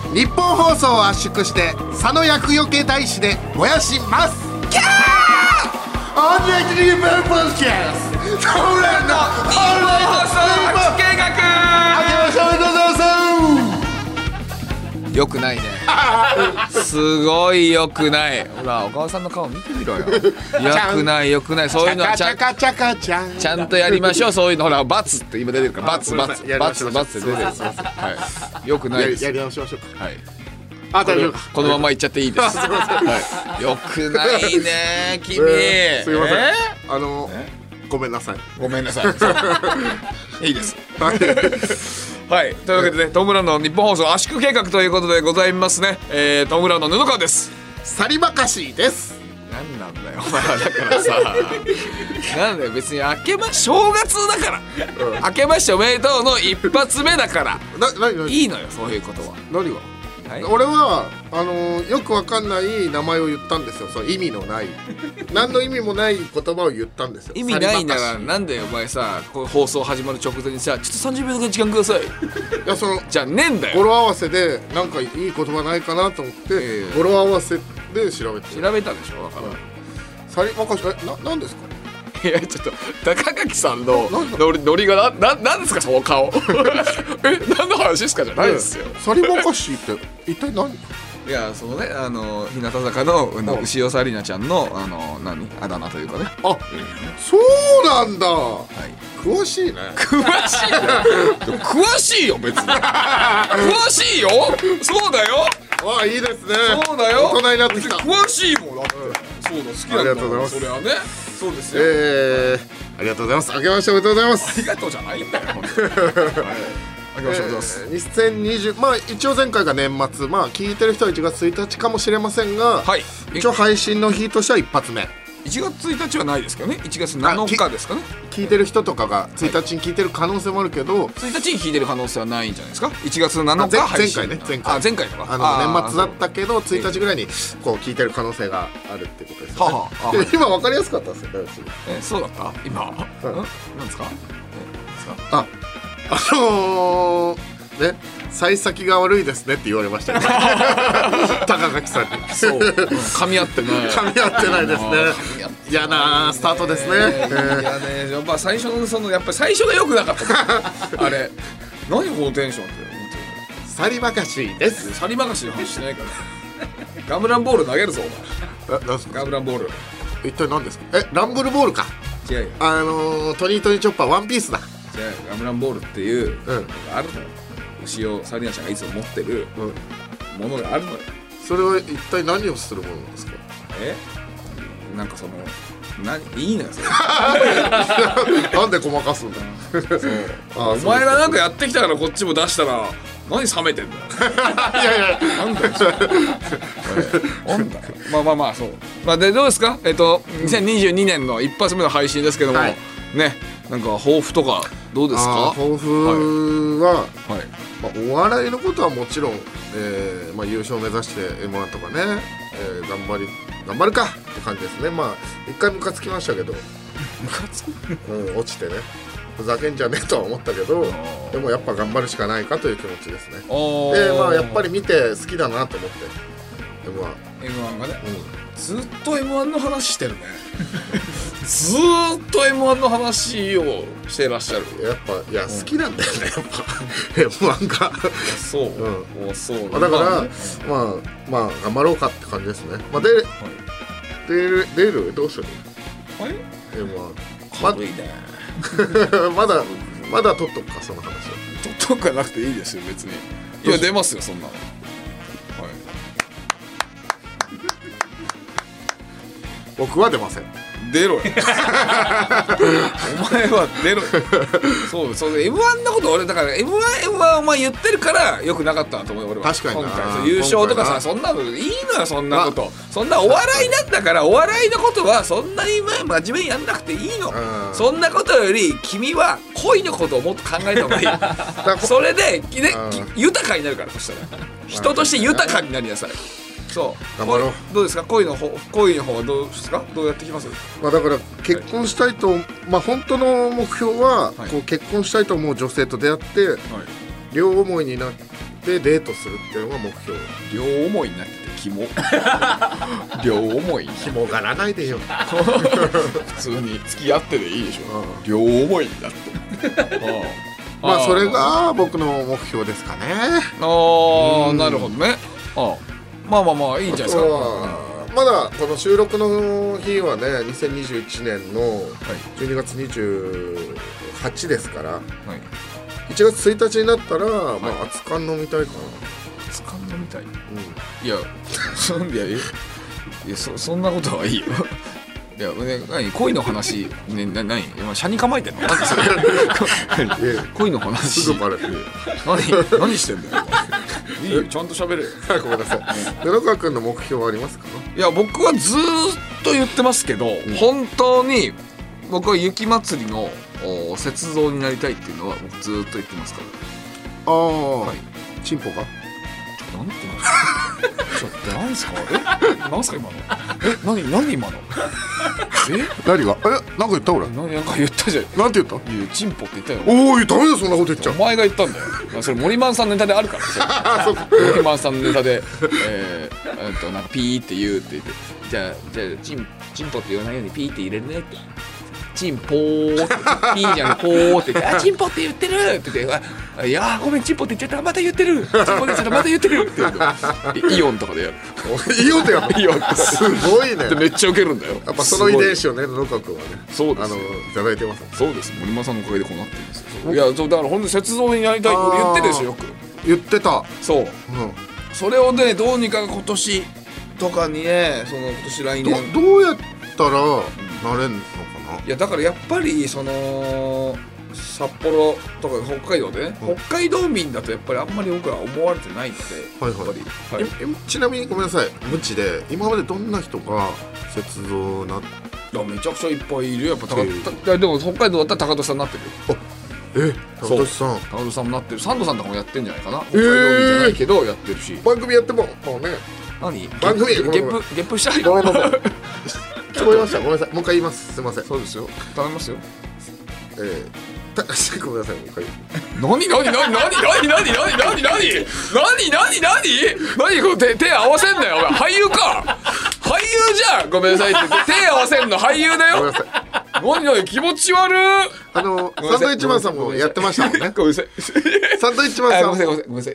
日本放送を圧縮して佐野厄除け大使で燃やします。キャーオンライトリーバーポッドキャストトーランの日本放送圧縮計画。 あけましておめでとうございます。 よくないね。すごいよくない。ほら、小川さんの顔見てみろよ。よくないよくない。そういうのはちゃんとやりましょう。そういうのほらバツって今出てるから、バツバツバツバツって出てる。はい。よくないです。 やり直しましょうか。 はい。 あ、大丈夫か。 このままいっちゃっていいです。はい。よくないね君。 すいません。ごめんなさい。 ごめんなさい。いいです。はい、というわけでね、トム・ブラウンの日本放送圧縮計画ということでございますね。トム・ブラウンの布川です。 サリバカシーです。 なんなんだよお前は。だからさなんだよ別に正月だから、明けましておめでとうの一発目だからいいのよ、そういうことは。 何が、 はい、 俺はよくわかんない名前を言ったんですよ。そう意味のない何の意味もない言葉を言ったんですよ。 意味ないならなんでお前さ、こう放送始まる直前にさ、ちょっと30秒だけ時間ください。いやじゃあねえんだよ。 語呂合わせでなんかいい言葉ないかなと思って、語呂合わせで調べたでしょ。だからサリバカシーなんですか。 いやちょっと高垣さんのノリがなんですかその顔。何の話ですかじゃないですよ。 サリバカシーって一体何。 いやそのね日向坂の牛尾紗理奈ちゃんのあだ名というかね。 あ、そうなんだ。 はい。 詳しいね。 詳しいよ別に。詳しいよ。そうだよ。 あ、いいですね。 そうだよ。 大人になってきた。 詳しいもんだって。そうだ、好きなんだ。 ありがとうございます。 それはね。そうですよ。 ありがとうございます。あけましておめでとうございます。 ありがとうじゃないんだよ。あけましておめでとうございます。 2020、まあ一応前回が年末、まあ聞いてる人は1月1日かもしれませんが、 はい。 一応配信の日としては一発目。 1月1日はないですけどね。1月7日ですかね。 聞いてる人とかが1日に聞いてる可能性もあるけど、 1日に聞いてる可能性はないんじゃないですか。1月7日配信。 前回ね。 前回とか年末だったけど1日ぐらいにこう聞いてる可能性があるってことですね。今分かりやすかったですよ。 そうだった今。なんですか。 ね、幸先が悪いですねって言われましたね。高垣さんに。 そう。噛み合ってない。 噛み合ってないですね。嫌なスタートですね。 いやね、やっぱ最初のやっぱり最初が良くなかった。あれ、何このテンションって。 サリバカシーです。 サリバカシーの話しないから。ガムランボール投げるぞお前。 なんすか。 ガムランボール。 一体何ですか。ランブルボールか。 違うよ。 トニートニーチョッパーワンピースだ。 違うよ。ガムランボールっていうのがあるのよ。牛尾紗理奈ちゃんがいつも持ってるものがあるのよ。 それは一体何をするものなんですか。 なんかいいのよそれ。 なんでごまかすんだ。 お前がなんかやってきたからこっちも出したら何冷めてんだよ。 いやいやなんだよ。まあそう。まあでどうですか。2022年の一発目の配信ですけどもね、なんか抱負とかどうですか。 抱負はお笑いのことはもちろん優勝目指して M1 とかね頑張るかって感じですね。まあ一回ムカつきましたけど、落ちてね、ふざけんじゃねえとは思ったけど、でもやっぱ頑張るしかないかという気持ちですね。でまあやっぱり見て好きだなと思って M1 がね、ずっと M1 の話してるね。ずっと M1 の話をしてらっしゃる。 やっぱ好きなんだよね、やっぱ M1 が。 そう、そうだからまあ頑張ろうかって感じですね。まあ出るどうする。 はい。 M1 軽いね。 まだ取っとくかその話は。 取っとかなくていいですよ別に。いや出ますよそんなの。 僕は出ません。 出ろよ。お前は出ろよ。そう M1 のこと俺だから M1 お前言ってるからよくなかったなと思う俺は。 確かに今回優勝とかさ、そんなのいいのよそんなこと。そんなお笑いなんだからお笑いのことはそんなに真面目にやんなくていいの。そんなことより君は恋のことをもっと考えた方がいい。それで豊かになるから。そしたら人として豊かになりなさい。そう頑張ろう。 どうですか。恋の方はどうですか。どうやってきます。 だから結婚したいと、本当の目標はこう結婚したいと思う女性と出会って両思いになっでデートするっていうのが目標。 両思いになっててキモ両思い紐がらないでよ普通に付き合ってでいいでしょ、両思いになってまあそれが僕の目標ですかね。 なるほどね。まあいいんじゃないですか。 まだこの収録の日はね2021年の12月28ですから、はい、1月1日になったら、まあ熱燗飲みたいかな。 熱燗飲みたい、いやそんなことはいいよいや何恋の話ね、何今車に構えてんの？何それ恋の話すぐバレて何してんだよいいよちゃんと喋れごめんなさい。布川君の目標はありますか？ いや僕はずーっと言ってますけど、本当に僕は雪まつりの雪像になりたいっていうのは僕ずーっと言ってますから。 はい、チンポがなんてちょっと何すか何すか今の何今の何がなんか言った俺なんか言ったじゃん。 なんて言った？ いやチンポって言ったよ。 おいダメだそんなこと言っちゃう。 お前が言ったんだよそれ森マンさんネタであるから森マンさんネタでなんかピーって言うって言ってじゃあチンポって言わないようにピーって入れるねってチンポーってピーじゃんポーって言ってチンポって言ってるって言っていやごめんチンポって言っちゃったまた言ってるチンポって言っちゃったまた言ってるって言うイオンとかでやるイオンでやるイオンすごいね。 めっちゃウケるんだよ。 やっぱその遺伝子をね布川君はねそうですいただいてます。 そうです森間さんのおかげでこうなってるんですよ。いやそうだから本当に雪像になりたいって言ってるでしょよく言ってた。 そう、それをねどうにか今年とかにね今年来年どうやったらなれんのかな。 いやだからやっぱり札幌とか北海道でね、北海道民だとやっぱりあんまり僕は思われてないので、やっぱり、 ちなみにごめんなさい無知で今までどんな人が雪像なっいやめちゃくちゃいっぱいいるよやっぱでも北海道だったら高田さんになってるよ。 高田さん高田さんもなってる。サンドさんとかもやってんじゃないかな。北海道民じゃないけどやってるし、 番組やってもね何番組ゲップしたいごめんなさい聞こえました。ごめんなさいもう一回言います。すいません。 そうですよ頼みますよ。 ごめんなさいもう一回。 何これ手合わせんなよお前俳優か俳優じゃんごめんなさいって手合わせんの俳優だよ。 ごめんなさい何気持ち悪い。 サンドイッチマンさんもやってましたもんね。 ごめんなさいサンドイッチマンさんごめんなさい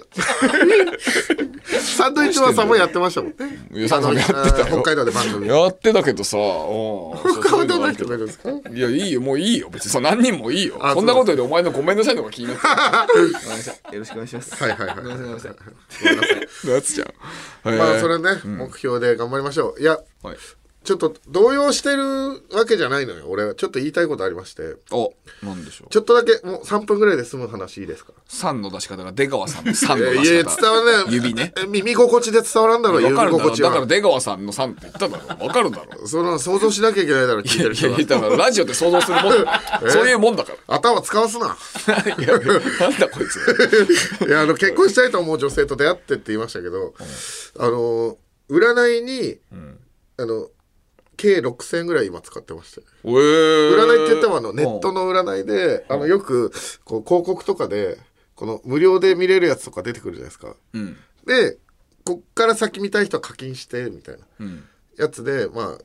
サンドイッチマンさんもやってましたもんね。 サンドやってたよ北海道で番組やってたけどさ北海道の人がいるんですか。 いやいいよもういいよ別に何人もいいよ。そんなことよりお前のごめんなさいの方が気になってごめんなさいよろしくお願いします。 はいごめんなさいなつちゃんまあそれね目標で頑張りましょう。いやちょっと動揺してるわけじゃないのよ。俺はちょっと言いたいことありまして。 なんでしょう。 ちょっとだけもう3分ぐらいで済む話いいですか。 3の出し方が出川さんの3の出し方。 いや伝わらない。 指ね耳心地で伝わらんだろ。 分かるだろ。 指心地はだから出川さんの3って言っただろ。分かるだろ。 その想像しなきゃいけないだろ。聞いてる人は。 だからラジオって想像するもんそういうもんだから頭使わすな。 いやなんだこいつ。 いや結婚したいと思う女性と出会ってって言いましたけど、占いに計6000円ぐらい今使ってまして、占いって言ってもネットの占いでよくこう広告とかでこの無料で見れるやつとか出てくるじゃないですか、でこっから先見たい人は課金してみたいなやつで、まあ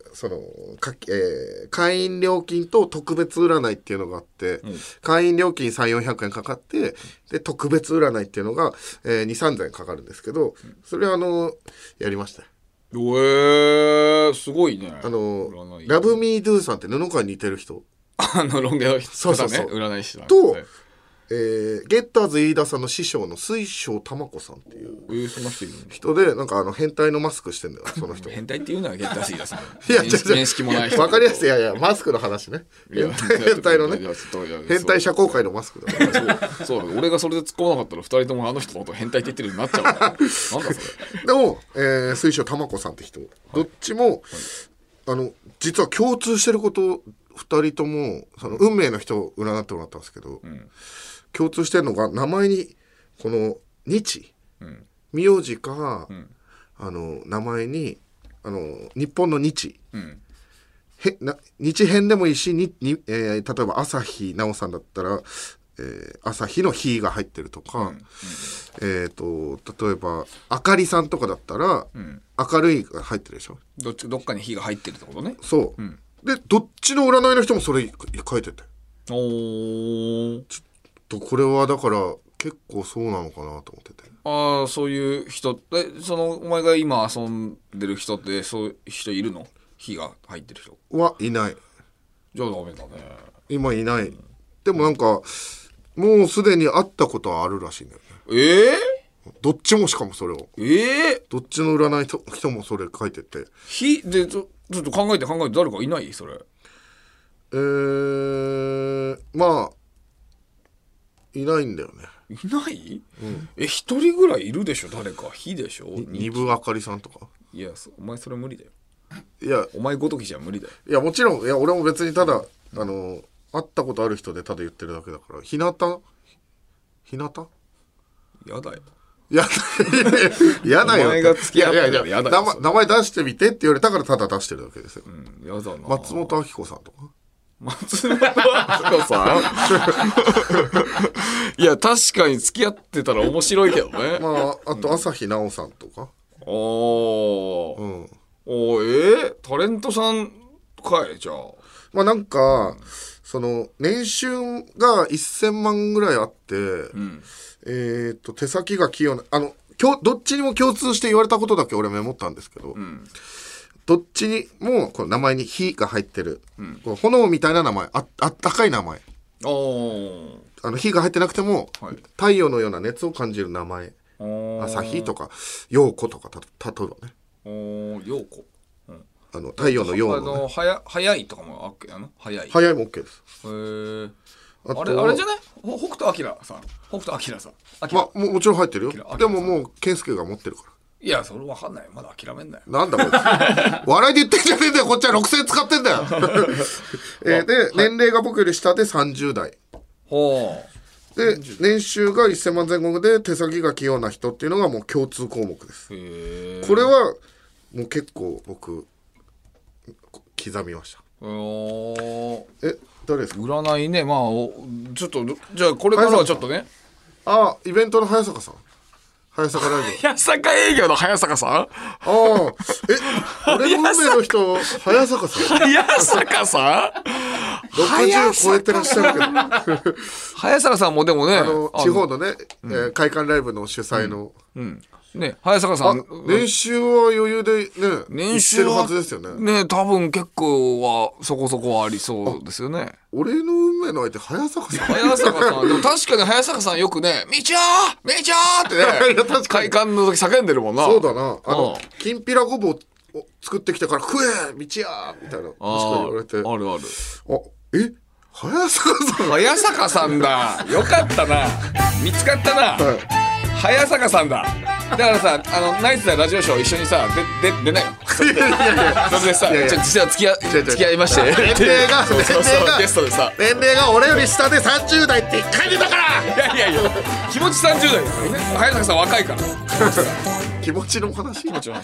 会員料金と特別占いっていうのがあって、会員料金300-400円かかってで特別占いっていうのが、2,3000円かかるんですけど、それはやりました。 すごいね。 ラブミードゥさんって布川に似てる人ロン毛の人だね。占い師だと、ゲッターズ飯田さんの師匠の水晶玉子さんっていう人でなんか変態のマスクしてんだよその人。 変態っていうのはゲッターズ飯田さん。 いや面識もない人。 わかりやすい。いやマスクの話ね。変態のね。変態社交界のマスクだ。 そう俺がそれで突っ込まなかったら2人ともあの人のこと変態って言ってるようになっちゃうから。なんだそれ。 でも水晶玉子さんって人どっちも実は共通してること2人とも運命の人を占ってもらったんですけど。共通してるのが名前にこの日、名字か、名前に日本の日、日編でもいいし例えば朝日奈央さんだったら、 朝日の日が入ってるとか、例えばあかりさんとかだったら、明るいが入ってるでしょ。 どっかに火が入ってるってことね。 そう、でどっちの占いの人もそれ書いてて、 おー、 ちょっとこれはだから結構そうなのかなと思ってて。 ああ、そういう人お前が今遊んでる人ってそういう人いるの？火が入ってる人はいない。 じゃあダメだね。 今いない、でもなんかもうすでに会ったことはあるらしいんだよね。どっちも、しかもそれをどっちの占い人もそれ書いてて、 火でちょっと考えて誰かいないそれ。 まあいないんだよね。 いない？一人ぐらいいるでしょ誰か。火でしょ。 二部あかりさんとか。 いやお前それ無理だよ。 いやお前ごときじゃ無理だよ。 いやもちろん、いや俺も別にただ会ったことある人でただ言ってるだけだから。ひなたやだよ。 やだよ。 お前が付き合ってるからやだよ。 名前出してみてって言われたからただ出してるだけですよ。 やだな。 松本明子さんとか。 松本明子さんいや確かに付き合ってたら面白いけどね。 まああと朝日奈央さんとか。 タレントさんかい。じゃあまあなんかその年収が1000万ぐらいあって、手先が器用などっちにも共通して言われたことだけ俺メモったんですけど、どっちにもこの名前に火が入ってる、この炎みたいな名前、あったかい名前、火が入ってなくても、太陽のような熱を感じる名前、朝日とか陽子とか例えばね。 陽子、 太陽の陽の、ね、 早いとかも OK なの？早いも OK です。 あれじゃない？北斗晶さん。 もちろん入ってるよ。でももう健介が持ってるから。 いやそれ分かんない。まだ諦めんなよ。 なんだこいつ笑いで言ってんじゃねえんだよ。こっちは6000使ってんだよで、年齢が僕より下で30代で、年収が1000万前後で手先が器用な人っていうのがもう共通項目です。これはもう結構僕刻みました。誰ですか？ 占いね。まあちょっとじゃあこれからはちょっとね。 イベントの早坂さん、早坂ライブ、 早坂営業の早坂さん。 俺の運命の人早坂さん。 早坂さん 60超えてらっしゃるけど早坂さんもでもね、 地方のね、会館ライブの主催の、 ね、早坂さん年収は余裕でね、 年収ははずですよね。 多分結構はそこそこありそうですよね。 俺の運命の相手早坂さん。 早坂さんでも確かに早坂さんよくね、みちゃーってね会館の時叫んでるもんな。 そうだな。きんぴらごぼうを作ってきたから食えみちやーみたいな確かに言われて。ある。早坂さんだ。よかったな。見つかったな。早坂さんだ。だからさ、ナイツなラジオショー一緒にさ、出ないよ。それでさ、実は付き合いまして。 年齢がゲストでさ、 年齢が俺より下で30代って1回出たから。 いや気持ち30代ですよね。早坂さん若いから。 気持ちの話。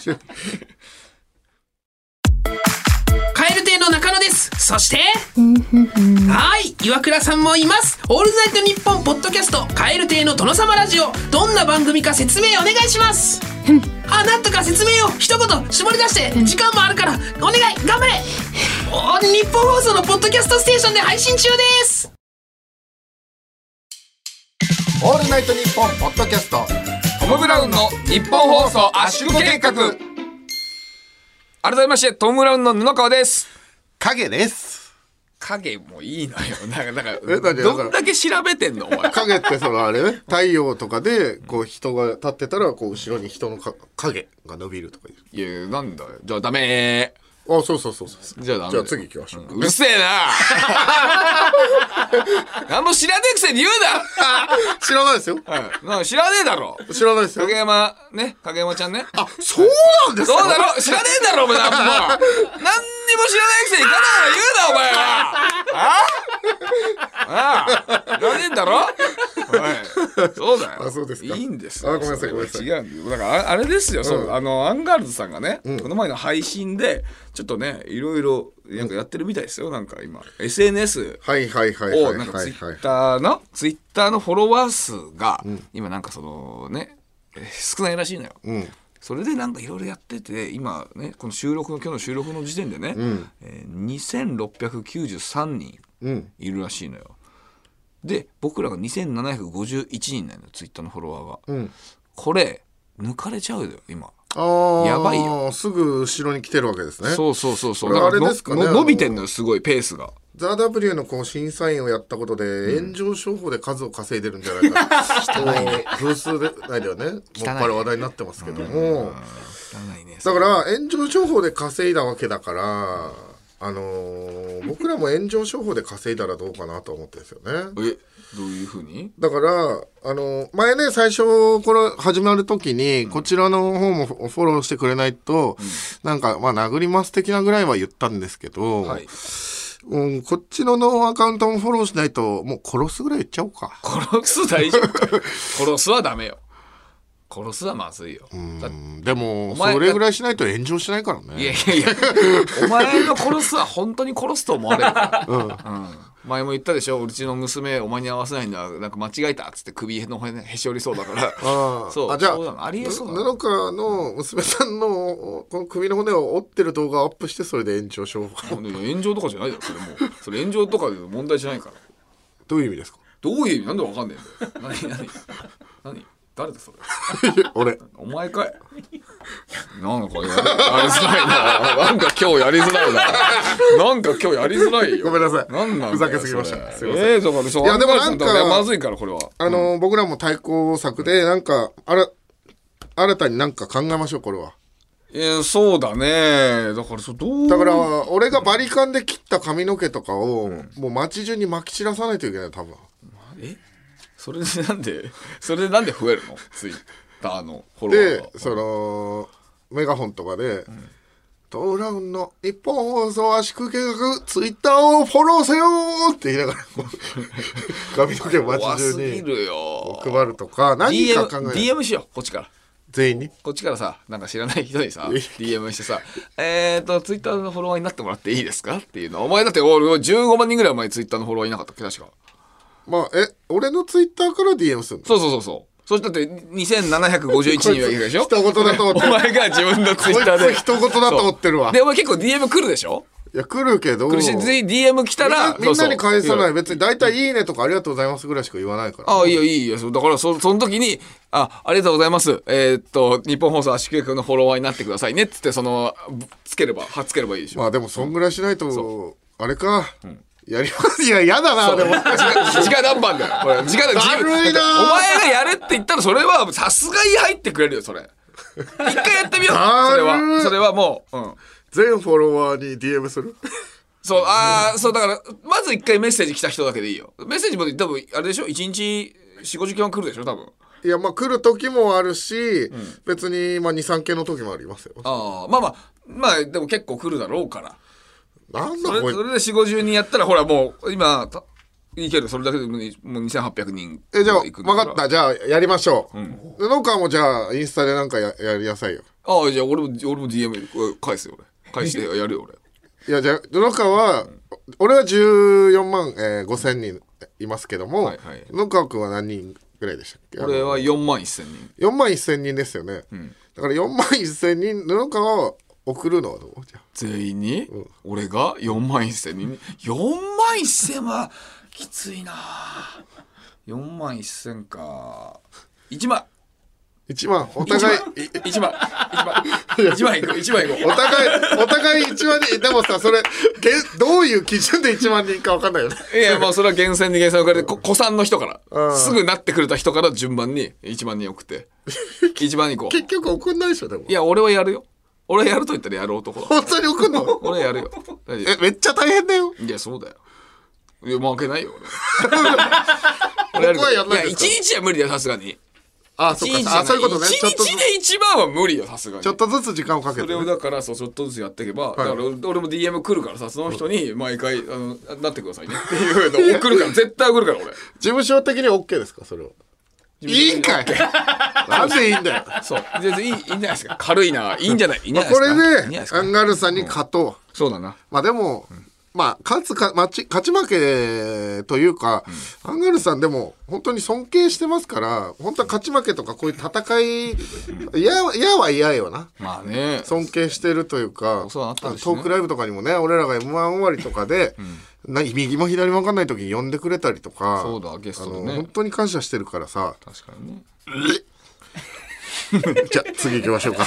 カエル亭の中野です。そしてはい岩倉さんもいます。オールナイトニッポンポッドキャストカエル亭の殿様ラジオ、どんな番組か説明お願いします。なんとか説明を一言絞り出して、時間もあるからお願い頑張れ。日本放送のポッドキャストステーションで配信中です。 オールナイトニッポンポッドキャストトム・ブラウンの日本放送圧縮計画。改めましてトム・ブラウンの布川です。 影です。 影もいいのよ。なんかどんだけ調べてんのお前。 影ってあれね、太陽とかでこう人が立ってたらこう後ろに人の影が伸びるとか言う。いやなんだよ。じゃあダメー。 そうじゃあ次行きましょう。 うるせえな何も知らねえくせに言うな。 知らないですよ。 知らねえだろ。 知らないですよ。 影山ちゃんね。 そうなんですか。 そうだろ。知らねえだろお前。何にも知らないくせにガタガタ言うなお前は。知らねえんだろ。 そうだよ。 あ、そうですか。 いいんですよ。 あ、ごめんなさいごめんなさい。 違うんだよ。だからあれですよ、そうアンガールズさんがね、この前の配信でちょっとねいろいろなんかやってるみたいですよ。なんか今 SNS はいはいはいはいをなんかはいツイッターのフォロワー数が今なんかそのね少ないらしいのよ。それでなんかいろいろやってて今ねこの今日の収録の時点でね、2693人いるらしいのよ。で僕らが2751人なのよ、ツイッターのフォロワーが。これ抜かれちゃうよ今。やばいよ。 すぐ後ろに来てるわけですね。 そうだからあれですかね、 伸びてんのよすごいペースが。 ザ・ W のこう審査員をやったことで炎上商法で数を稼いでるんじゃないか風数でないではねもっぱら話題になってますけども、だから炎上商法で稼いだわけだから僕らも炎上商法で稼いだらどうかなと思ってるんですよね。 どういうふうに？ だから前ね最初これ始まる時に、こちらの方もフォローしてくれないと、なんかまあ殴ります的なぐらいは言ったんですけど、こっちのアカウントもフォローしないともう殺すぐらい言っちゃおうか。 殺す大丈夫か？殺すはダメよ。殺すはまずいよ。 でもそれぐらいしないと炎上しないからね。 いやお前の殺すは本当に殺すと思われるから、前も言ったでしょ、うちの娘お前に合わせないんだなんか間違えたっつって首の骨へし折りそうだからそうじゃあありえそうだ布川の娘さんのこの首の骨を折ってる動画をアップしてそれで炎上しようか。 炎上とかじゃないだろそれ炎上とかで問題じゃないから。 どういう意味ですか？ どういう意味なんでわかんねえんだよ。何誰だそれ俺お前かい。なんかやりづらいな。なんか今日やりづらいな。なんか今日やりづらいよ。 ごめんなさい。 なんなんふざけすぎました。 すいません。だからそういやでもなんかまずいからこれは。 僕らも対抗策でなんか新たになんか考えましょうこれは。 そうだね。だからだから俺がバリカンで切った髪の毛とかを、もう街中に撒き散らさないといけない多分。 それでなんで増えるの？ツイッターのフォロワーが。 でそのメガホンとかでトーラウンの日本放送圧縮計画ツイッターをフォローせよって言いながら髪の毛を街中に配るとか何か考える。 DM しようこっちから。 全員にこっちからさなんか知らない人にさ DM してさツイッターのフォロワーになってもらっていいですかっていうの。お前だって俺15万人ぐらい前ツイッターのフォロワーいなかったっけ確か。 まあ俺のツイッターから DM するの？ そうそしてだって2751人はいるでしょ。 人事だと思ってる。 お前が自分のツイッターでこいつ人事だと思ってるわ。 でお前結構 DM 来るでしょ。 いや来るけど来るし DM 来たらみんなに返さない。別に大体いいねとかありがとうございますぐらいしか言わないから。 いいよだからその時にありがとうございます日本放送圧縮計画のフォロワーになってくださいねっつって貼っつければいいでしょ。 まあでもそんぐらいしないとあれか。やります。いや、やだな、でも。 時間何番だよ。これ時間だるいな。 お前がやるって言ったら、それはさすがに入ってくれるよ、それ。一回やってみよう。それはもう、 全フォロワーに DM する。 そうだから、まず一回メッセージ来た人だけでいいよ。メッセージも多分、あれでしょ ?1 日4、50件は来るでしょ多分。 いや、まあ来る時もあるし、別に、まあ2、3件の時もありますよ。 まあ、でも結構来るだろうから。 なんだそれで4、50人やったらほらもう今いける。それだけでもう2800人じゃあ分かった。じゃあやりましょう。布川もじゃあインスタでなんか やりなさいよ。 じゃあ俺も DM 返すよ。返してやるよ俺。 いやじゃあ布川は俺は14万5千人いますけども、布川君は何人ぐらいでしたっけ？ 俺は4万1000人。 4万1000人ですよね。だから4万1000人布川は送るのはどう？じゃあ全員に、俺が4万1000人に4万1000はきついな。4万1000か。1万お互い 1万いこうお互い1万人。でもさそれどういう基準で1万人か分かんないよね。 いやもうそれは厳選に分かれて古参の人からすぐなってくれた人から順番に1万人送って1万人いこう。 結局送んないでしょ。でもいや俺はやるよ。俺やると言ったらやる男だ。 本当に送んの？ 俺やるよ。 めっちゃ大変だよ。 いやそうだよ。いや負けないよ俺。僕はやんないですか？いや1日は無理だよさすがに。 そういうことね。 1日で1万は無理よさすがに。 ちょっとずつ時間をかけて、 それをだからちょっとずつやっていけば、だから俺も DM 来るからさその人に毎回なってくださいねっていうの送るから絶対送るから俺。 事務所的に OK ですかそれは？ いいんかいなんでいいんだよ。 そう全然いいんじゃないですか。軽いな、いいんじゃない、いいんじゃないですか。 これいいんじゃないでですかアンガールズさんに勝とう。 そうだな。 まあでも、まあ勝ち負けというか、アンガールズさんでも本当に尊敬してますから、本当は勝ち負けとかこういう戦い嫌は嫌よな。 まあね、 尊敬してるというか、 そうあったんですね。 トークライブとかにもね、俺らが M1 終わりとかで、右も左も分かんない時に呼んでくれたりとか、 そうだゲストでね、 本当に感謝してるからさ。 確かにね。 じゃあ次行きましょうか。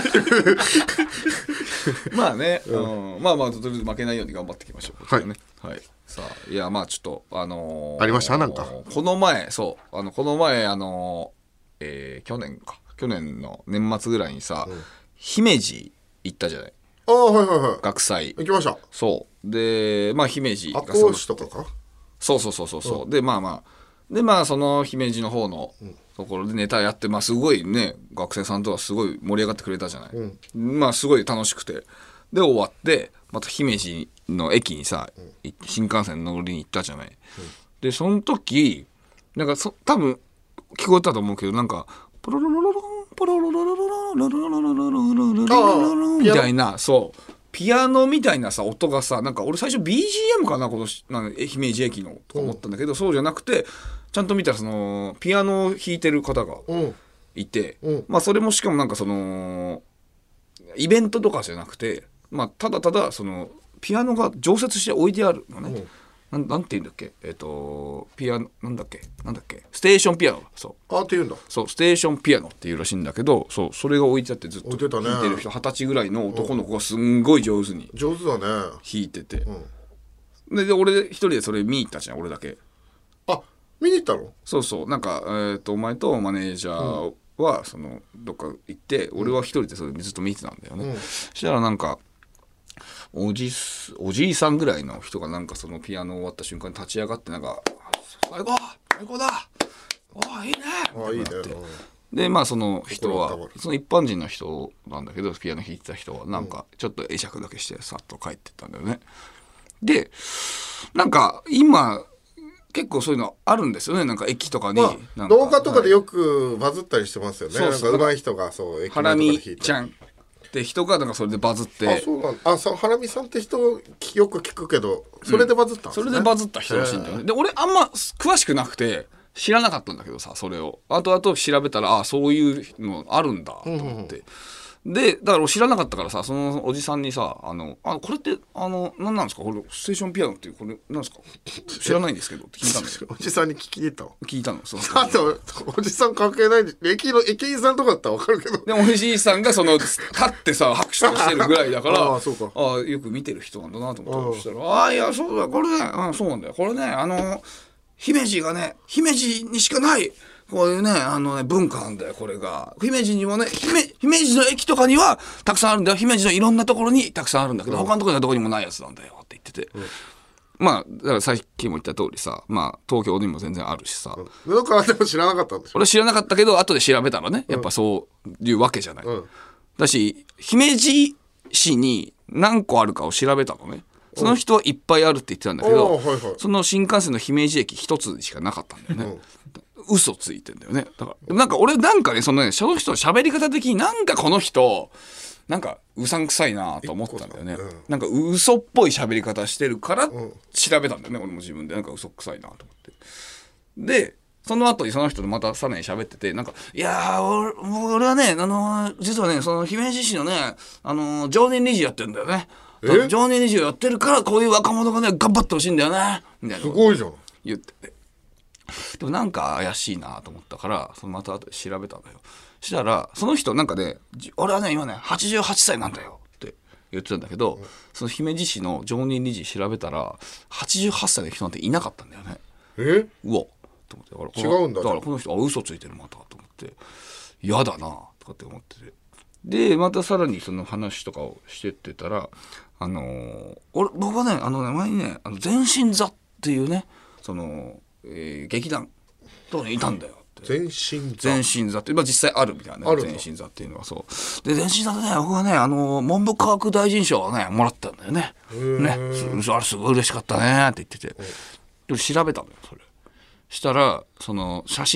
まあね、まあまあとりあえず負けないように頑張っていきましょう。 はいね、はい。さあいやまあちょっとありましたなんか。 この前そうこの前去年の年末ぐらいにさ、姫路行ったじゃない。 ああはいはいはい。 学祭行きました。 そうでまあ姫路赤穂市とかか。 そう、でまあその姫路の方のところでネタやって、まあすごいね学生さんとはすごい盛り上がってくれたじゃない、まあすごい楽しくて、で終わってまた姫路の駅にさ、新幹線乗りに行ったじゃない、でその時なんか多分聞こえたと思うけど、なんかポロロロロロンポロロロロロロロロロロロロロロロロみたいな、そうピアノみたいなさ音がさ、なんか俺最初 BGM かなこの姫路駅のとか思ったんだけど、そうじゃなくてちゃんと見たらそのピアノを弾いてる方がいて、まあそれもしかもなんかそのイベントとかじゃなくて、まあただただそのピアノが常設して置いてあるのね、なんて言うんだっけ、ピアノなんだっけステーションピアノ、そうって言うんだ。 そうステーションピアノっていうらしいんだけど、そうそれが置いてあってずっと置いてたね弾いてる人、20歳ぐらいの男の子がすんごい上手に上手だね。 弾いてて、で俺一人でそれ見に行ったじゃん、俺だけ。 あ見に行ったの。 そうなんかお前とマネージャーはそのどっか行って、俺は一人でそれずっと見てたんだよね、そしたらなんかおじいさんぐらいの人がなんかそのピアノ終わった瞬間に立ち上がって、なんか最高だ、おいいねいいね。 でまあその人はその一般人の人なんだけど、ピアノ弾いてた人はなんかちょっと会釈だけしてさっと帰ってったんだよね。でなんか今結構そういうのあるんですよね、なんか駅とかに、なんか動画とかでよくバズったりしてますよね。なんか上手い人がそう駅ハラミ前とかで弾いてちゃんって人がなんかそれでバズって、 そうなんハラミさんって人よく聞くけど、それでバズったんですね。 それでバズった人らしいんだよね。で俺あんま詳しくなくて知らなかったんだけどさ、それを後々調べたらそういうのあるんだと思って、でだから知らなかったからさ、そのおじさんにさこれって何なんですか、これステーションピアノっていうこれなんですか知らないんですけどって聞いたんだよ。 おじさんに聞きに行ったの。 聞いたの。そうあとおじさん関係ない駅員さんとかだったら分かるけど、 でもおじいさんがその立ってさ拍手をしてるぐらいだからそうかよく見てる人なんだなと思って、そしたらいやそうだこれね、そうなんだよこれね姫路にしかないこういうね文化なんだよこれが。姫路にもね姫路の駅とかにはたくさんあるんだよ、姫路のいろんなところにたくさんあるんだけど、他のところにはどこにもないやつなんだよって言ってて、まあだからさっきも言った通りさ、まあ東京にも全然あるしさ、 だからでも知らなかったんでしょ。 俺知らなかったけど後で調べたらね、やっぱそういうわけじゃない、だし姫路市に何個あるかを調べたのね。その人はいっぱいあるって言ってたんだけど、その新幹線の姫路駅一つしかなかったんだよね、嘘ついてんだよね。だからなんか俺なんかねその人の喋り方的になんかこの人なんかうさんくさいなと思ったんだよね、なんか嘘っぽい喋り方してるから調べたんだよね、俺も自分でなんか嘘くさいなと思って。でその後にその人とまたさらに喋ってて、なんかいやー俺はね実はねその姫路市のね常任理事やってるんだよね。常任理事をやってるからこういう若者がね頑張ってほしいんだよねみたいな。 すごいじゃん。 言ってて、でもなんか怪しいなと思ったからそのまた後で調べたんだよ。したらその人なんかね俺はね今ね88歳なんだよって言ってたんだけど、その姫路市の常任理事調べたら88歳の人なんていなかったんだよね。うわと思って、 違うんだ。 だからこの人嘘ついてるまたと思って嫌だなとかって思ってて、でまたさらにその話とかをしてってたら僕はね前にね前進座っていうねその、劇団とかにいたんだよって。前進座って、まあ、実際あるみたいなね、前進座っていうのはそうで前進座でね僕はね文部科学大臣賞をねもらったんだよね。あれすごい嬉しかったねって言ってて、で調べたのよそれ。したらその写真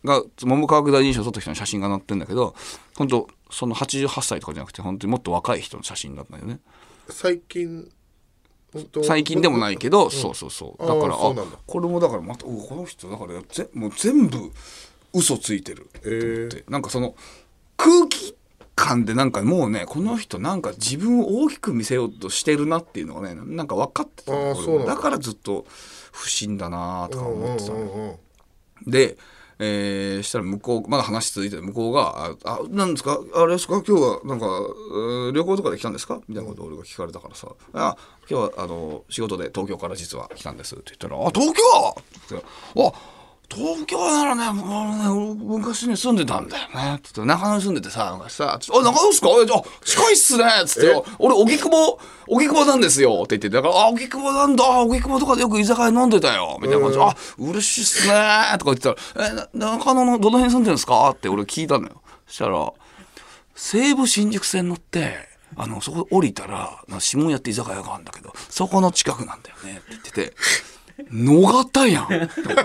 が文部科学大臣賞を取った人の写真が載ってるんだけど、本当その88歳とかじゃなくて本当にもっと若い人の写真だったんだよね。 最近でもないけど、そうだからそうなんだ。 これもだからまたこの人だからもう全部嘘ついてると思って、なんかその空気感でなんかもうね、この人なんか自分を大きく見せようとしてるなっていうのがね、なんか分かってたの。 そうなんだ。 だからずっと不審だなとか思ってたの。でしたら向こうまだ話続いて向こうがなんですかあれですか今日はなんか旅行とかで来たんですかみたいなことを俺が聞かれたからさ、今日は仕事で東京から実は来たんですって言ったら東京って言って東京ならね、昔に住んでたんだよねつって、中野に住んでてさ、中野ですか近いっすねつって俺荻窪なんですよって言って、だから荻窪なんだ、荻窪とかでよく居酒屋飲んでたよみたいな感じで、嬉しいっすねとか言ってたら中野のどの辺に住んでるんですかって俺聞いたのよ。そしたら西武新宿線乗ってそこ降りたら下屋って居酒屋があるんだけど、そこの近くなんだよねって言ってて、野方やんこいつ野方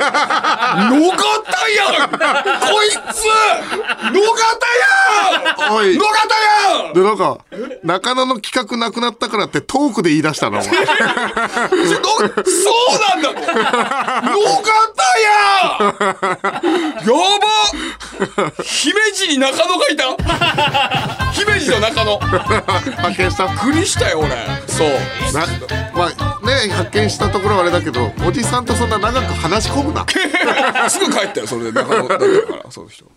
やんおい野方やんでなんか中野の企画なくなったからってトークで言い出したのお前そうなんだもん野方やば姫路に中野がいた姫路の中野発見したびっくりしたよ俺。そうまあね、発見したところはあれだけど、おじさんとそんな長く話し込むなすぐ帰ったよそれで中野だったからそういう人。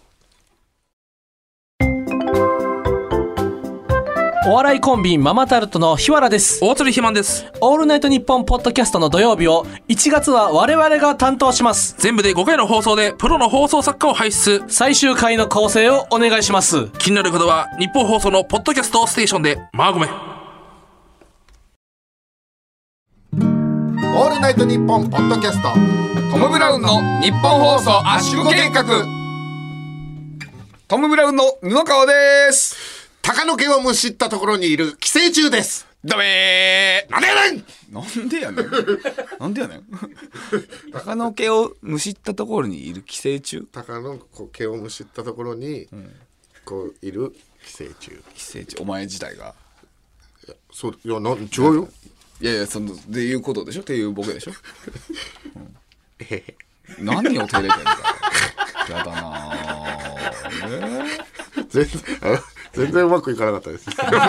お笑いコンビママタルトの日原です。 大鶴ひまんです。 オールナイトニッポンポッドキャストの土曜日を1月は我々が担当します。 全部で5回の放送でプロの放送作家を輩出。 最終回の構成をお願いします。 気になる方は日本放送のポッドキャストステーションでマーゴメ。 オールナイトニッポンポッドキャストトム・ブラウンの日本放送圧縮計画。トム・ブラウンの布川です。 鷹の毛をむしったところにいる寄生虫です。 ダメー。 なんでやねんなんでやねんなんでやねん鷹の毛をむしったところにいる寄生虫。 鷹の毛をむしったところに、こういる寄生虫。 寄生虫お前自体が。 いやそういや違うよ。 いやそのでいうことでしょっていうボケでしょ、何を照れてんだよやだな全然うまくいかなかったです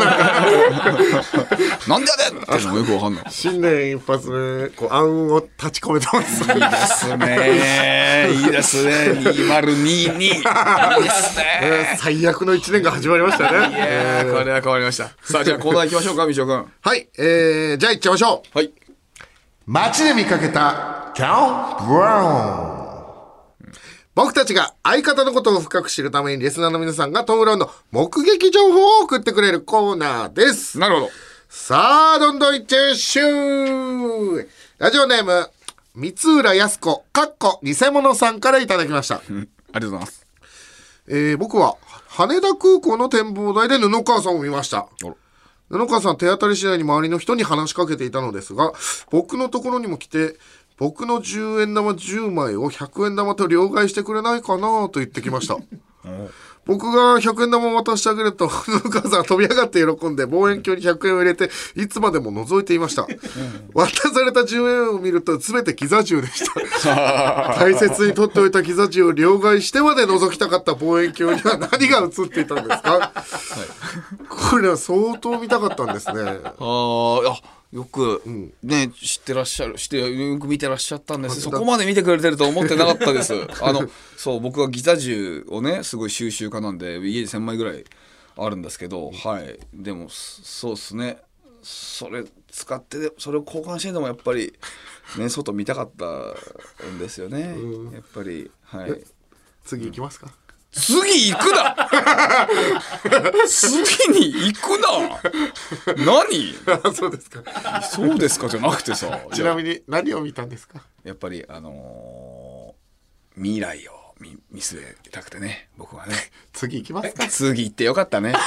なんでやねんってのもよくわかんない。 新年一発目こう暗を立ち込めてます。 いいですね2022いいですね最悪の1年が始まりましたね。 いやこれは変わりました。さあじゃあコーナー行きましょうかみちおくん。 はい、じゃあ行っちゃいましょう。 はい。 街で見かけたトム・ブラウン。僕たちが相方のことを深く知るためにリスナーの皆さんがトム・ブラウンの目撃情報を送ってくれるコーナーです。 なるほど。 さあどんどんいっちゃいましょう。ラジオネーム三浦靖子偽物さんからいただきました、 ありがとうございます。 僕は羽田空港の展望台で布川さんを見ました。布川さん手当たり次第に周りの人に話しかけていたのですが、僕のところにも来て僕の10円玉10枚を100円玉と両替してくれないかなと言ってきました僕が100円玉を渡してあげると布川さんが飛び上がって喜んで望遠鏡に100円を入れていつまでも覗いていました渡された10円を見ると全てギザ銃でした大切に取っておいたギザ銃を両替してまで覗きたかった望遠鏡には何が映っていたんですか、これは相当見たかったんですね。 よくね、知ってらっしゃるよく見てらっしゃったんです。そこまで見てくれてると思ってなかったですそう僕はギザ銃をねすごい収集家なんで家に1000枚ぐらいあるんですけど、はいでもそうっすね、それ使ってそれを交換してでもやっぱりね外見たかったんですよねやっぱり。はい、 次行きますか。 次行くな次に行くな何そうですかそうですかじゃなくてさちなみに何を見たんですか。 やっぱり未来を見据えたくてね僕はね。 次行きますか。 次行ってよかったね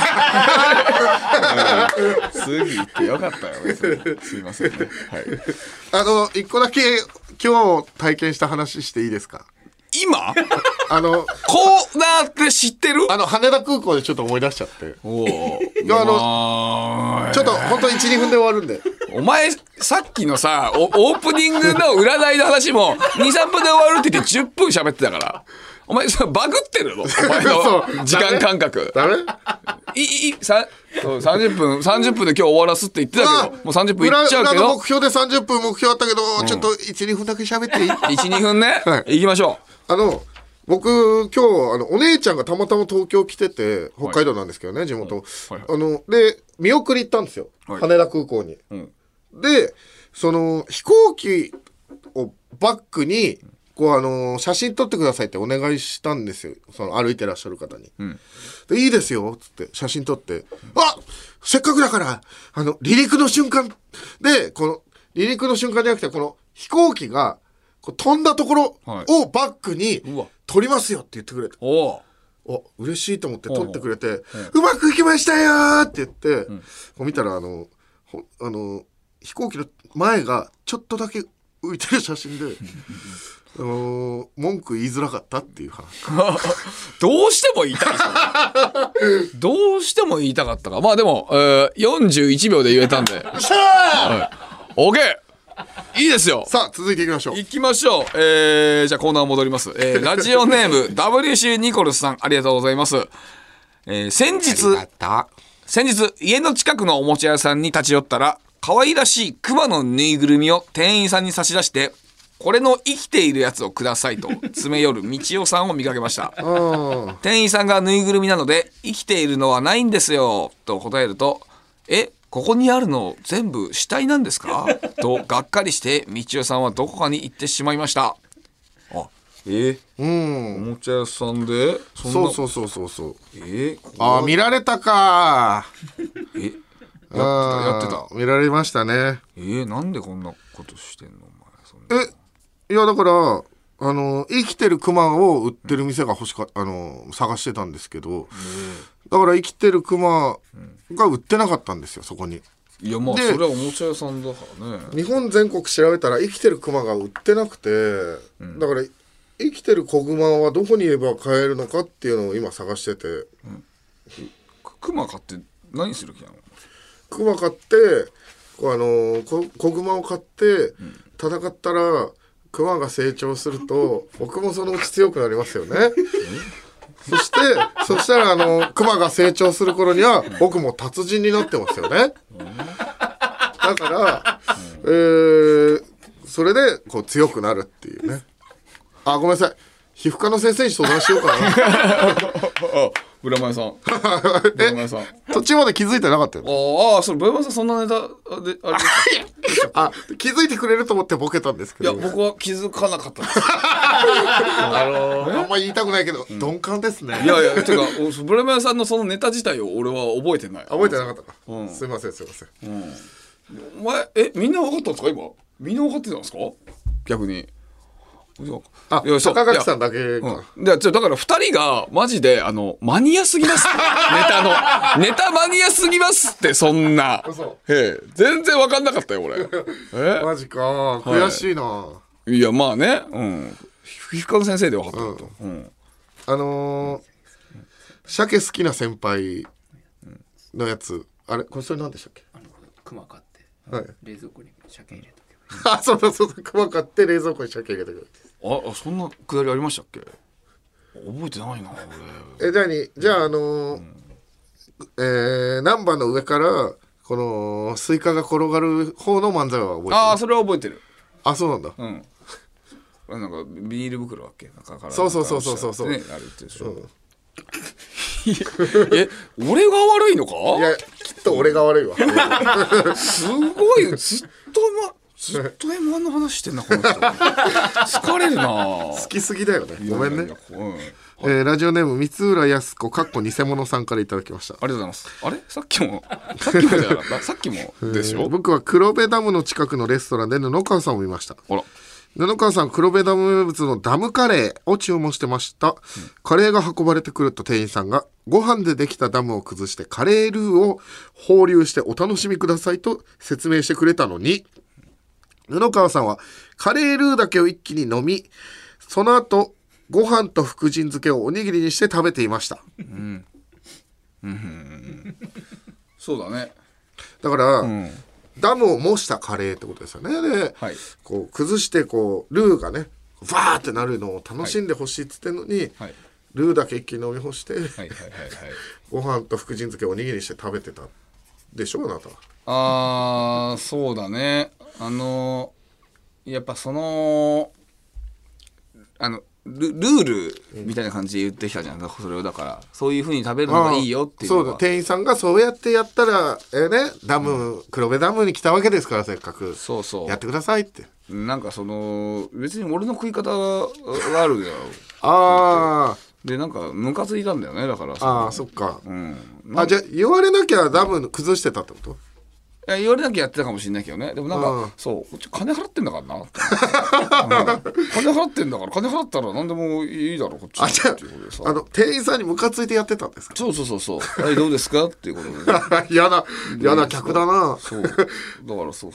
次行ってよかったよ別にすいませんね。はい、 一個だけ今日体験した話していいですか。 今コーナーって知ってる？ 羽田空港でちょっと思い出しちゃって。 おちょっと本当1、2分で終わるんで。 お前さっきのさオープニングの占いの話も2、3分で終わるって言って10分喋ってたから。お前それバグってるの？お前の時間感覚。 ダメ ？30分で今日終わらすって言ってたけど、もう30分いっちゃうけど。 目標で30分目標あったけど、ちょっと1、2分だけ喋っていい？ 1、2分ね。はい。行きましょう。僕今日お姉ちゃんがたまたま東京来てて、北海道なんですけどね、地元。で見送り行ったんですよ、羽田空港に。でその飛行機をバックに写真撮ってくださいってお願いしたんですよ、その歩いてらっしゃる方に。でいいですよっつって写真撮って、せっかくだから離陸の瞬間で、この離陸の瞬間じゃなくてこの飛行機が飛んだところをバックに撮りますよって言ってくれて、嬉しいと思って撮ってくれて、うまくいきましたよって言って、見たら飛行機の前がちょっとだけ浮いてる写真で文句言いづらかったっていう話。 どうしても言いたいどうしても言いたかったか。まあでも、41秒で言えたんでOK、いいですよ。 さあ続いていきましょう。 じゃあコーナー戻ります。ラジオネーム WC ニコルスさん、ありがとうございます。先日家の近くのおもちゃ屋さんに立ち寄ったら、可愛らしいクマのぬいぐるみを店員さんに差し出して、これの生きているやつをくださいと詰め寄るみちおさんを見かけました。店員さんがぬいぐるみなので生きているのはないんですよと答えると、ここにあるの全部死体なんですかとがっかりしてみちおさんはどこかに行ってしまいました。おもちゃ屋さんでそう。見られたか。 やってた。 見られましたね。 なんでこんなことしてんのお前。いやだから生きてるクマを売ってる店が探してたんですけど、だから生きてるクマが売ってなかったんですよ、そこに。 いやまあそれはおもちゃ屋さんだからね。 日本全国調べたら生きてるクマが売ってなくて、だから生きてる子グマはどこに言えば買えるのかっていうのを今探してて。 クマ買って何する気なの？ クマ買って子グマを買って戦ったらクマが成長すると僕もそのうち強くなりますよね。そしたらクマが成長する頃には僕も達人になってますよね。だから、それで強くなるっていうね。ごめんなさい、皮膚科の先生に相談しようかな。 ブラマヨさん。 途中まで気づいてなかったよ。 それブラマヨさんそんなネタであれ気づいてくれると思ってボケたんですけど。 いや僕は気づかなかったです。 あんまり言いたくないけど、鈍感ですね。 いやてかブラマヨさんのそのネタ自体を俺は覚えてない。 覚えてなかったか。すいません。 お前みんな分かったんですか？今みんな分かってたんですか？逆に。 坂垣さんだけか。 だから2人がマジでマニアすぎます。ネタマニアすぎますって。そんな全然分かんなかったよ俺。 マジか、悔しいな。 いやまあね、皮膚科の先生で分かったと。鮭好きな先輩のやつ、これそれ何でしたっけ？ クマ買って冷蔵庫に鮭入れとけそうクマ買って冷蔵庫に鮭入れとけ。 そんなくだりありましたっけ？覚えてないな俺。じゃあ難波の上からこのスイカが転がる方の漫才は覚えてる？ それは覚えてる。 そうなんだ。 なんかビニール袋だっけ？ そう。 ね、あるってでしょ。俺が悪いのか？ いやきっと俺が悪いわ。 すごいずっと M1 の話してんなこの人。疲れるな。 好きすぎだよね。ごめんね。ラジオネーム三浦靖子偽物さんからいただきました。 ありがとうございます。あれさっきもじゃなかった？さっきもでしょ。 僕は黒部ダムの近くのレストランで布川さんを見ました。布川さん、黒部ダム名物のダムカレーを注文してました。カレーが運ばれてくると店員さんがご飯でできたダムを崩してカレールーを放流してお楽しみくださいと説明してくれたのに、布川さんはカレールーだけを一気に飲み、その後ご飯と福神漬けをおにぎりにして食べていました。 そうだね。 だから、ダムを模したカレーってことですよね。で、 はい、 こう崩してこうルーがねバーってなるのを楽しんでほしいっつってんのに、 はい、 ルーだけ一気に飲み干して、 はいはいはいはい、 ご飯と福神漬けをおにぎりにして食べてたでしょ、あなたは。そうだね。やっぱそのルールみたいな感じで言ってきたじゃん。それをだからそういう風に食べるのがいいよっていうのが。 そうだ、店員さんがそうやってやったらダム、黒部ダムに来たわけですから、せっかくそうそうやってくださいって。 なんかその別に俺の食い方があるよ。 ああ。 でなんかムカついたんだよね、だからさ。 ああ、そっか。じゃあ言われなきゃダム崩してたってこと？ いや言われなきゃやってたかもしれないけどね。でもなんかそう金払ってんだからなって金払ってんだから、金払ったら何でもいいだろこっちじゃあ店員さんにムカついてやってたんですか？ そうはい、どうですかっていうことで嫌な客だな。 そうだからそう、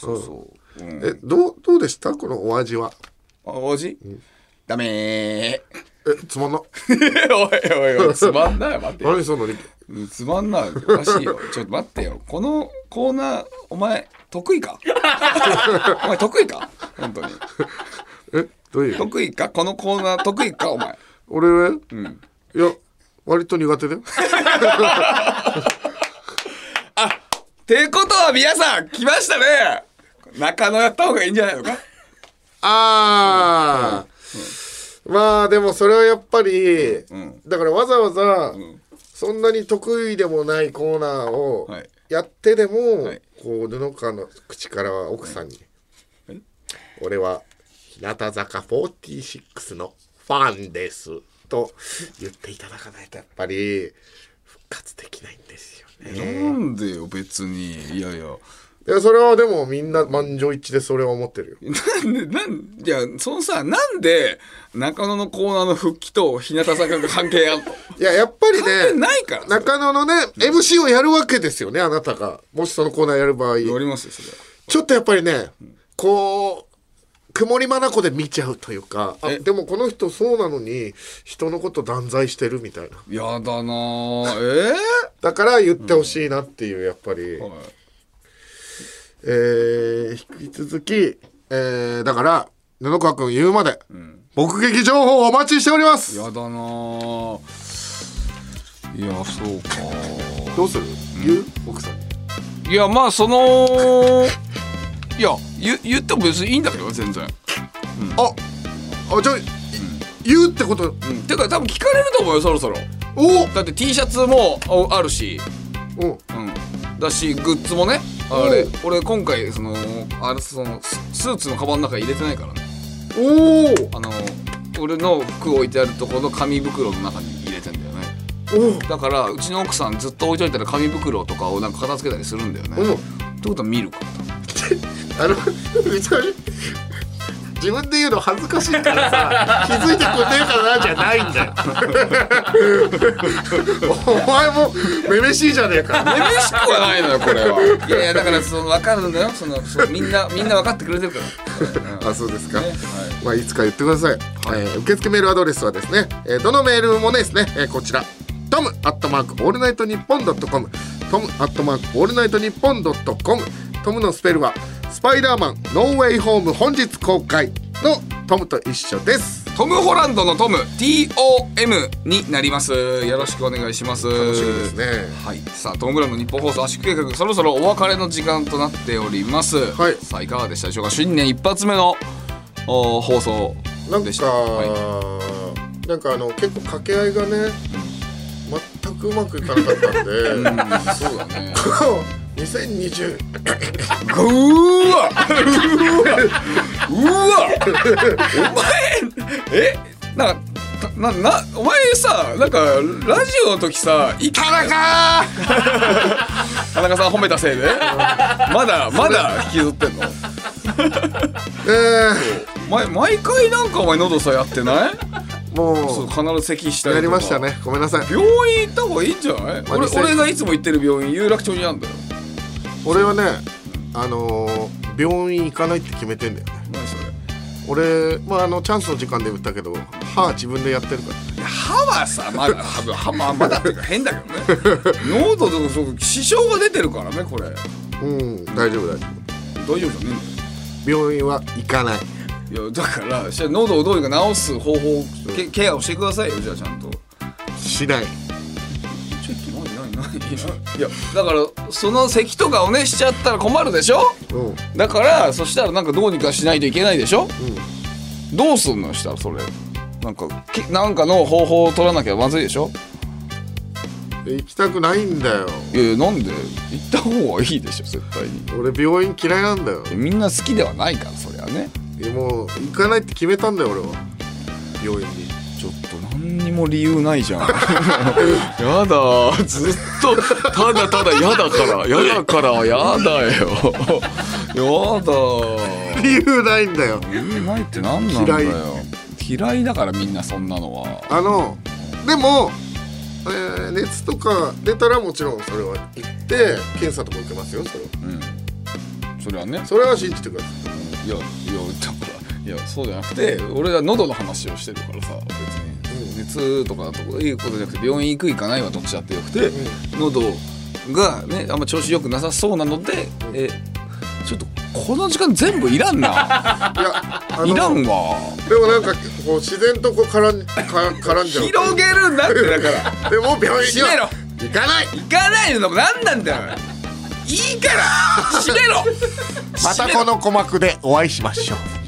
どうでしたこのお味は？ お味、ダメー。 つまんなおいつまんない。待ってよ。 何そのつまんない。おかしいよ。ちょっと待ってよ。このコーナーお前得意か？お前得意か？本当に。 どういう？ 得意か？このコーナー得意かお前？ 俺いや割と苦手だよ。 ってことは皆さん来ましたね。中野やった方がいいんじゃないのか？ まあでもそれはやっぱり、だからわざわざ、そんなに得意でもないコーナーをやってでも、こう布川の口からは奥さんに、俺は日向坂46のファンですと言っていただかないとやっぱり復活できないんですよね。 なんでよ別に。いやそれはでもみんな満場一致でそれは思ってるよ。 いやそのさ、なんで中野のコーナーの復帰と日向坂が関係あるの？ いややっぱりね、 ないから中野のね MC をやるわけですよね、あなたがもしそのコーナーやる場合。 やりますよそれは。 ちょっとやっぱりね、こう曇り眼で見ちゃうというか、でもこの人そうなのに人のこと断罪してるみたいな。 やだなだから言ってほしいなっていう、やっぱり、引き続き、だから布川くん言うまで、目撃情報をお待ちしております。 やだないやそうか。 どうする？言う？奥さん。 いやまあそのいや言っても別にいいんだけど全然。 じゃあ、言うってこと？ てか多分聞かれると思うよそろそろ。だって T シャツもあるし、だしグッズもね。俺今回そのスーツのカバンの中に入れてないからね。俺の服置いてあるところの紙袋の中に入れてんだよね。だからうちの奥さんずっと置いといたら紙袋とかをなんか片付けたりするんだよね。ってことは見るから自分で言うの恥ずかしいからさ気づいてくんねえかなじゃないんだよ。お前もめめしいじゃねえか。 めめしくはないのよこれは。いやだから分かるんだよ。みんな分かってくれてるから。 そうですか。まあいつか言ってください。受付メールアドレスはですね、どのメールもですね、こちらtom@allnightnippon.com tom@allnightnippon.com トムのスペルはスパイダーマンノーウェイホーム本日公開のトムと一緒です。 トム・ホランドのトム TOM になります。よろしくお願いします。 楽しみですね。 はい、さあトム・ブラウンの日本放送圧縮計画そろそろお別れの時間となっております。さあいかがでしたでしょうか。新年一発目の放送でした。 なんか結構掛け合いがね全くうまくいかなかったんでそうだね 2020 うわお前お前さなんかラジオの時さ田中さん褒めたせいでまだ引きずってんの毎回なんかお前喉さやってない？もう必ず咳したりとかやりましたね。ごめんなさい。 病院行った方がいいんじゃない？俺がいつも行ってる病院有楽町にあるんだよ。 俺はね病院行かないって決めてんだよね。 何それ？ 俺チャンスの時間で言ったけど歯は自分でやってるから。 いや歯はさまだ歯まだっていうか変だけどね喉でそう支障が出てるからねこれ。 大丈夫大丈夫じゃねえんだよ。 病院は行かない。 いやだから喉をどうにか治す方法ケアをしてくださいよ。じゃあちゃんとしない。 ちょっと何いやだからその咳とかをねしちゃったら困るでしょ。だからそしたらなんかどうにかしないといけないでしょ。どうすんのしたらそれなんかの方法を取らなきゃまずいでしょ。 行きたくないんだよ。 いやなんで行った方がいいでしょ絶対に。 俺病院嫌いなんだよ。 みんな好きではないからそりゃね。 もう行かないって決めたんだよ俺は病院に。 ちょっと何にも理由ないじゃんやだずっとただただやだからやだよやだ理由ないんだよ。 理由ないって何なんだよ。嫌いだからみんなそんなのは。 でも、熱とか出たらもちろんそれは行って検査とか受けますよそれは。 それはね。 それは信じてください。 いやだからいやそうじゃなくて俺は喉の話をしてるからさ別に、熱とかいいことじゃなくて病院行かないはどっちだってよくて、喉がねあんま調子よくなさそうなので、ちょっとこの時間全部いらんな。いやいらんわ。 でもなんかこう自然とこう絡んじゃう。 広げるんだってだからでも病院には閉めろ。 行かないの何なんだよ。いいから閉めろ。 またこの鼓膜でお会いしましょう。